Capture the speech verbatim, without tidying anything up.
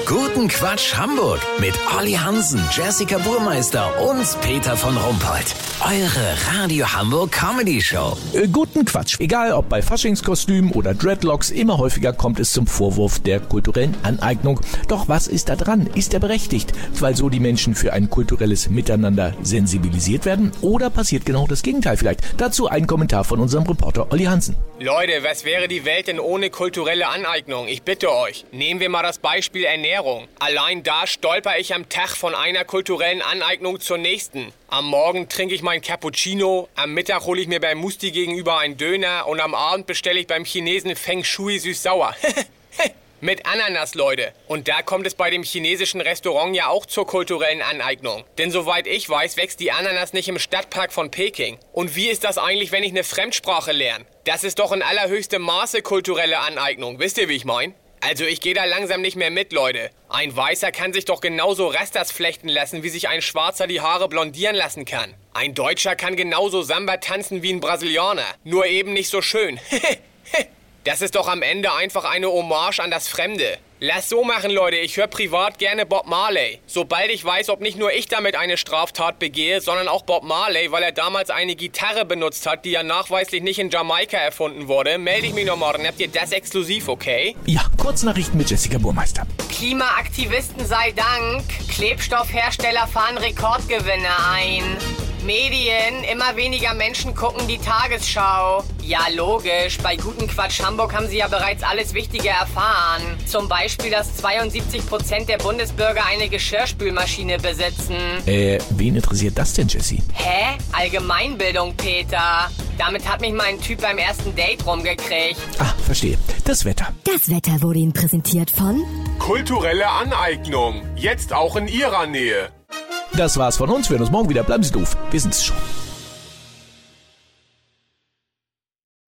Guten Quatsch Hamburg mit Olli Hansen, Jessica Burmeister und Peter von Rumpold. Eure Radio Hamburg Comedy Show. Äh, guten Quatsch. Egal ob bei Faschingskostümen oder Dreadlocks, immer häufiger kommt es zum Vorwurf der kulturellen Aneignung. Doch was ist da dran? Ist er berechtigt, weil so die Menschen für ein kulturelles Miteinander sensibilisiert werden? Oder passiert genau das Gegenteil vielleicht? Dazu ein Kommentar von unserem Reporter Olli Hansen. Leute, was wäre die Welt denn ohne kulturelle Aneignung? Ich bitte euch. Nehmen wir mal das Beispiel Ernährung. Allein da stolper ich am Tag von einer kulturellen Aneignung zur nächsten. Am Morgen trinke ich mein Cappuccino, am Mittag hole ich mir beim Musti gegenüber einen Döner und am Abend bestelle ich beim Chinesen Feng Shui süß-sauer. Mit Ananas, Leute. Und da kommt es bei dem chinesischen Restaurant ja auch zur kulturellen Aneignung. Denn soweit ich weiß, wächst die Ananas nicht im Stadtpark von Peking. Und wie ist das eigentlich, wenn ich eine Fremdsprache lerne? Das ist doch in allerhöchstem Maße kulturelle Aneignung. Wisst ihr, wie ich mein? Also ich gehe da langsam nicht mehr mit, Leute. Ein Weißer kann sich doch genauso Rastas flechten lassen, wie sich ein Schwarzer die Haare blondieren lassen kann. Ein Deutscher kann genauso Samba tanzen wie ein Brasilianer. Nur eben nicht so schön. Das ist doch am Ende einfach eine Hommage an das Fremde. Lass so machen, Leute. Ich höre privat gerne Bob Marley. Sobald ich weiß, ob nicht nur ich damit eine Straftat begehe, sondern auch Bob Marley, weil er damals eine Gitarre benutzt hat, die ja nachweislich nicht in Jamaika erfunden wurde, melde ich mich noch morgen. Habt ihr das exklusiv, okay? Ja, Kurznachrichten mit Jessica Burmeister. Klimaaktivisten sei Dank. Klebstoffhersteller fahren Rekordgewinne ein. Medien, immer weniger Menschen gucken die Tagesschau. Ja, logisch. Bei Guten Quatsch Hamburg haben sie ja bereits alles Wichtige erfahren. Zum Beispiel, dass zweiundsiebzig Prozent der Bundesbürger eine Geschirrspülmaschine besitzen. Äh, wen interessiert das denn, Jessie? Hä? Allgemeinbildung, Peter. Damit hat mich mein Typ beim ersten Date rumgekriegt. Ah, verstehe. Das Wetter. Das Wetter wurde Ihnen präsentiert von Kulturelle Aneignung. Jetzt auch in Ihrer Nähe. Das war's von uns. Wir hören uns morgen wieder. Bleiben Sie doof. Wir sind's schon.